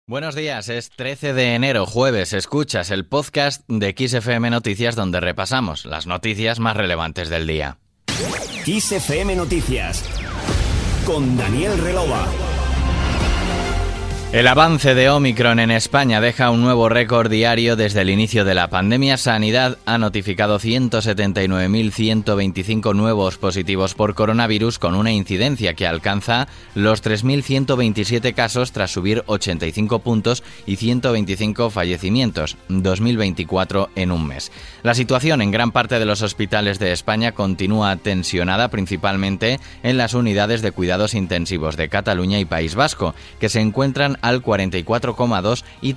Buenos días, es 13 de enero, jueves. Escuchas el podcast de XFM Noticias, donde repasamos las noticias más relevantes del día. XFM Noticias con Daniel Relova. El avance de Omicron en España deja un nuevo récord diario desde el inicio de la pandemia. Sanidad ha notificado 179.125 nuevos positivos por coronavirus, con una incidencia que alcanza los 3.127 casos tras subir 85 puntos y 125 fallecimientos, 2024 en un mes. La situación en gran parte de los hospitales de España continúa tensionada, principalmente en las unidades de cuidados intensivos de Cataluña y País Vasco, que se encuentran al 44,2 y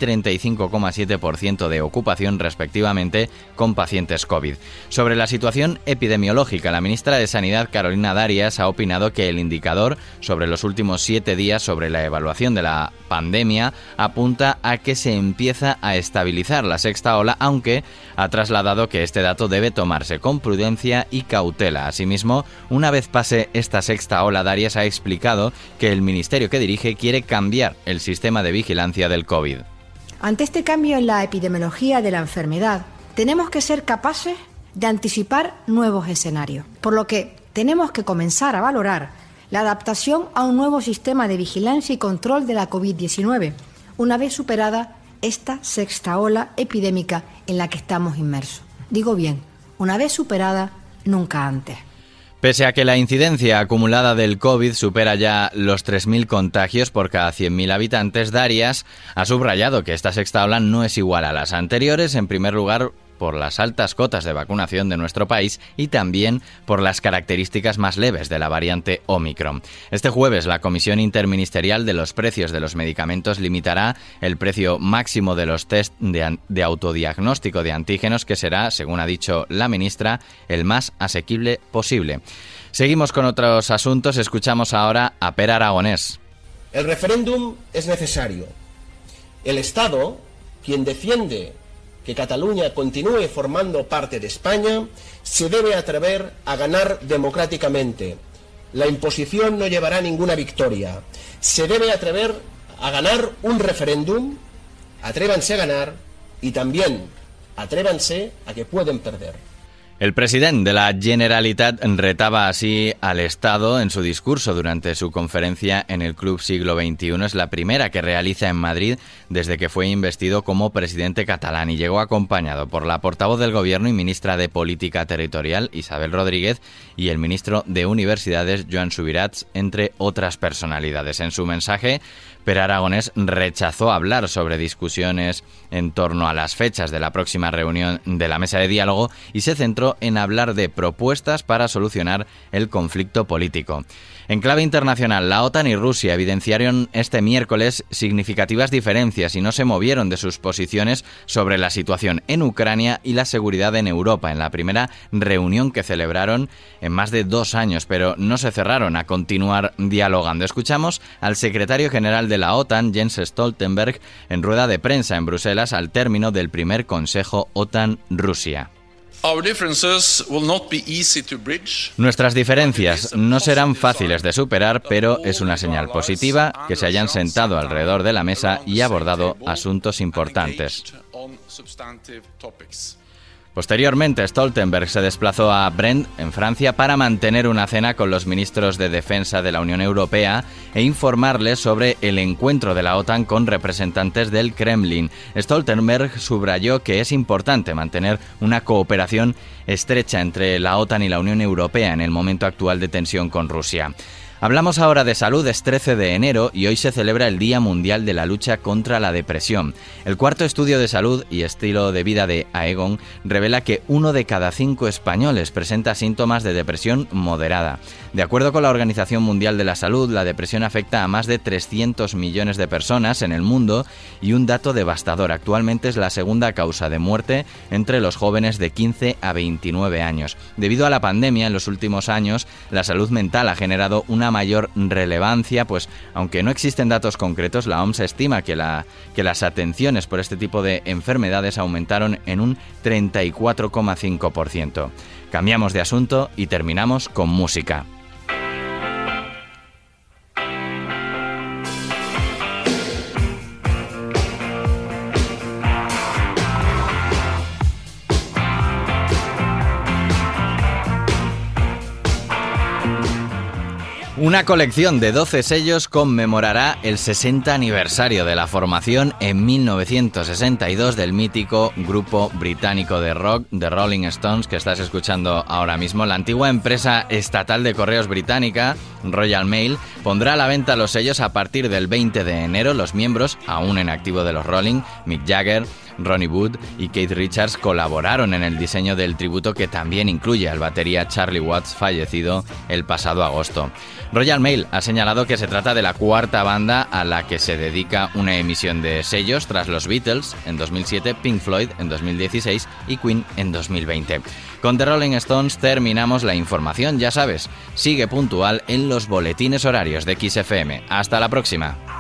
35,7% de ocupación respectivamente con pacientes COVID. Sobre la situación epidemiológica, la ministra de Sanidad, Carolina Darias, ha opinado que el indicador sobre los últimos 7 días sobre la evaluación de la pandemia apunta a que se empieza a estabilizar la sexta ola, aunque ha trasladado que este dato debe tomarse con prudencia y cautela. Asimismo, una vez pase esta sexta ola, Darias ha explicado que el ministerio que dirige quiere cambiar el sistema de vigilancia del COVID. Ante este cambio en la epidemiología de la enfermedad, tenemos que ser capaces de anticipar nuevos escenarios, por lo que tenemos que comenzar a valorar la adaptación a un nuevo sistema de vigilancia y control de la COVID-19, una vez superada esta sexta ola epidémica en la que estamos inmersos. Digo bien, una vez superada, nunca antes. Pese a que la incidencia acumulada del COVID supera ya los 3.000 contagios por cada 100.000 habitantes, Darias ha subrayado que esta sexta ola no es igual a las anteriores, en primer lugar por las altas cotas de vacunación de nuestro país y también por las características más leves de la variante Omicron. Este jueves, la Comisión Interministerial de los Precios de los Medicamentos limitará el precio máximo de los test de autodiagnóstico de antígenos, que será, según ha dicho la ministra, el más asequible posible. Seguimos con otros asuntos. Escuchamos ahora a Pere Aragonés. El referéndum es necesario. El Estado, quien defiende que Cataluña continúe formando parte de España, se debe atrever a ganar democráticamente. La imposición no llevará a ninguna victoria. Se debe atrever a ganar un referéndum, atrévanse a ganar y también atrévanse a que pueden perder. El presidente de la Generalitat retaba así al Estado en su discurso durante su conferencia en el Club Siglo XXI. Es la primera que realiza en Madrid desde que fue investido como presidente catalán, y llegó acompañado por la portavoz del Gobierno y ministra de Política Territorial, Isabel Rodríguez, y el ministro de Universidades, Joan Subirats, entre otras personalidades. En su mensaje, Pere Aragonés rechazó hablar sobre discusiones en torno a las fechas de la próxima reunión de la mesa de diálogo y se centró en hablar de propuestas para solucionar el conflicto político. En clave internacional, la OTAN y Rusia evidenciaron este miércoles significativas diferencias y no se movieron de sus posiciones sobre la situación en Ucrania y la seguridad en Europa en la primera reunión que celebraron en más de 2 años, pero no se cerraron a continuar dialogando. Escuchamos al secretario general de la OTAN, Jens Stoltenberg, en rueda de prensa en Bruselas al término del primer Consejo OTAN-Rusia. Nuestras diferencias no serán fáciles de superar, pero es una señal positiva que se hayan sentado alrededor de la mesa y abordado asuntos importantes. Posteriormente, Stoltenberg se desplazó a Brest, en Francia, para mantener una cena con los ministros de Defensa de la Unión Europea e informarles sobre el encuentro de la OTAN con representantes del Kremlin. Stoltenberg subrayó que es importante mantener una cooperación estrecha entre la OTAN y la Unión Europea en el momento actual de tensión con Rusia. Hablamos ahora de salud. Es 13 de enero y hoy se celebra el Día Mundial de la Lucha contra la Depresión. El cuarto estudio de salud y estilo de vida de Aegon revela que 1 de cada 5 españoles presenta síntomas de depresión moderada. De acuerdo con la Organización Mundial de la Salud, la depresión afecta a más de 300 millones de personas en el mundo y un dato devastador: actualmente es la segunda causa de muerte entre los jóvenes de 15 a 29 años. Debido a la pandemia, en los últimos años, la salud mental ha generado una mayor relevancia, pues aunque no existen datos concretos, la OMS estima que las atenciones por este tipo de enfermedades aumentaron en un 34,5%. Cambiamos de asunto y terminamos con música. Una colección de 12 sellos conmemorará el 60 aniversario de la formación en 1962 del mítico grupo británico de rock The Rolling Stones que estás escuchando ahora mismo. La antigua empresa estatal de correos británica, Royal Mail, pondrá a la venta los sellos a partir del 20 de enero. Los miembros, aún en activo de los Rolling, Mick Jagger, Ronnie Wood y Keith Richards, colaboraron en el diseño del tributo que también incluye al batería Charlie Watts, fallecido el pasado agosto. Royal Mail ha señalado que se trata de la cuarta banda a la que se dedica una emisión de sellos tras los Beatles en 2007, Pink Floyd en 2016 y Queen en 2020. Con The Rolling Stones terminamos la información, ya sabes, sigue puntual en los boletines horarios de XFM. Hasta la próxima.